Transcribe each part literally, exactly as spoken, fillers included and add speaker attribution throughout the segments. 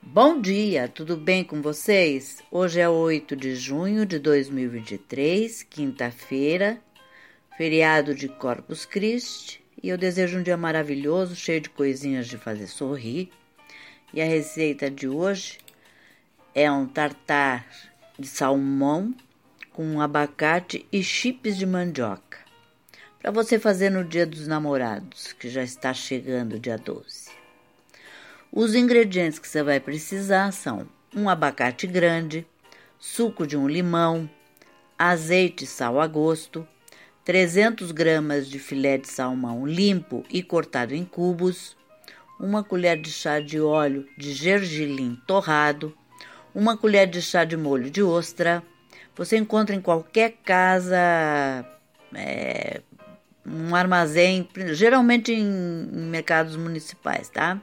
Speaker 1: Bom dia, tudo bem com vocês? Hoje é oito de junho de dois mil e vinte e três, quinta-feira, feriado de Corpus Christi, e eu desejo um dia maravilhoso, cheio de coisinhas de fazer sorrir. E a receita de hoje é um tartar de salmão com abacate e chips de mandioca, para você fazer no Dia dos Namorados, que já está chegando o dia doze. Os ingredientes que você vai precisar são um abacate grande, suco de um limão, azeite e sal a gosto, trezentas gramas de filé de salmão limpo e cortado em cubos, uma colher de chá de óleo de gergelim torrado, uma colher de chá de molho de ostra. Você encontra em qualquer casa, é, um armazém, geralmente em, em mercados municipais, tá?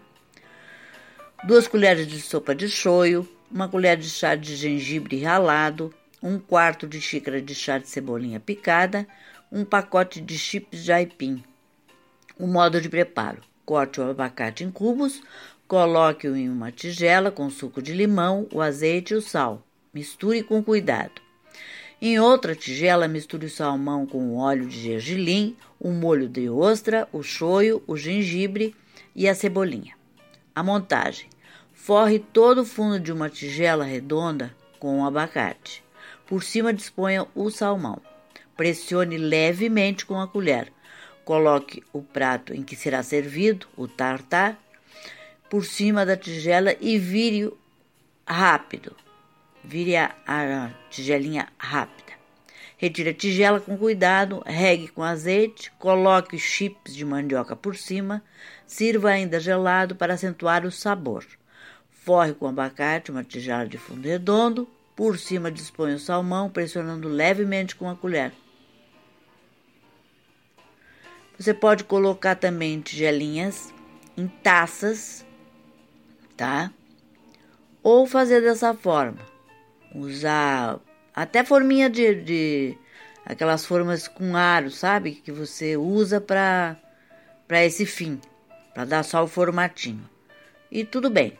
Speaker 1: Duas colheres de sopa de shoyu, uma colher de chá de gengibre ralado, um quarto de xícara de chá de cebolinha picada, um pacote de chips de aipim. O modo de preparo: corte o abacate em cubos, coloque-o em uma tigela com suco de limão, o azeite e o sal. Misture com cuidado. Em outra tigela, misture o salmão com o óleo de gergelim, o molho de ostra, o shoyu, o gengibre e a cebolinha. A montagem: forre todo o fundo de uma tigela redonda com o abacate. Por cima disponha o salmão. Pressione levemente com a colher. Coloque o prato em que será servido, o tartar, por cima da tigela e vire rápido. Vire a, a tigelinha rápida. Retire a tigela com cuidado, regue com azeite, coloque os chips de mandioca por cima, sirva ainda gelado para acentuar o sabor. Forre com abacate uma tigela de fundo redondo, por cima dispõe o salmão, pressionando levemente com a colher. Você pode colocar também tigelinhas em taças, tá? Ou fazer dessa forma, usar até forminha de, de aquelas formas com aro, sabe? Que você usa para para esse fim, para dar só o formatinho. E tudo bem.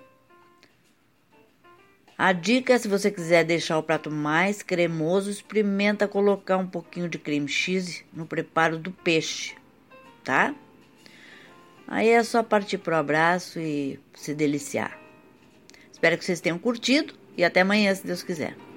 Speaker 1: A dica é, se você quiser deixar o prato mais cremoso, experimenta colocar um pouquinho de cream cheese no preparo do peixe, tá? Aí é só partir pro abraço e se deliciar. Espero que vocês tenham curtido e até amanhã, se Deus quiser.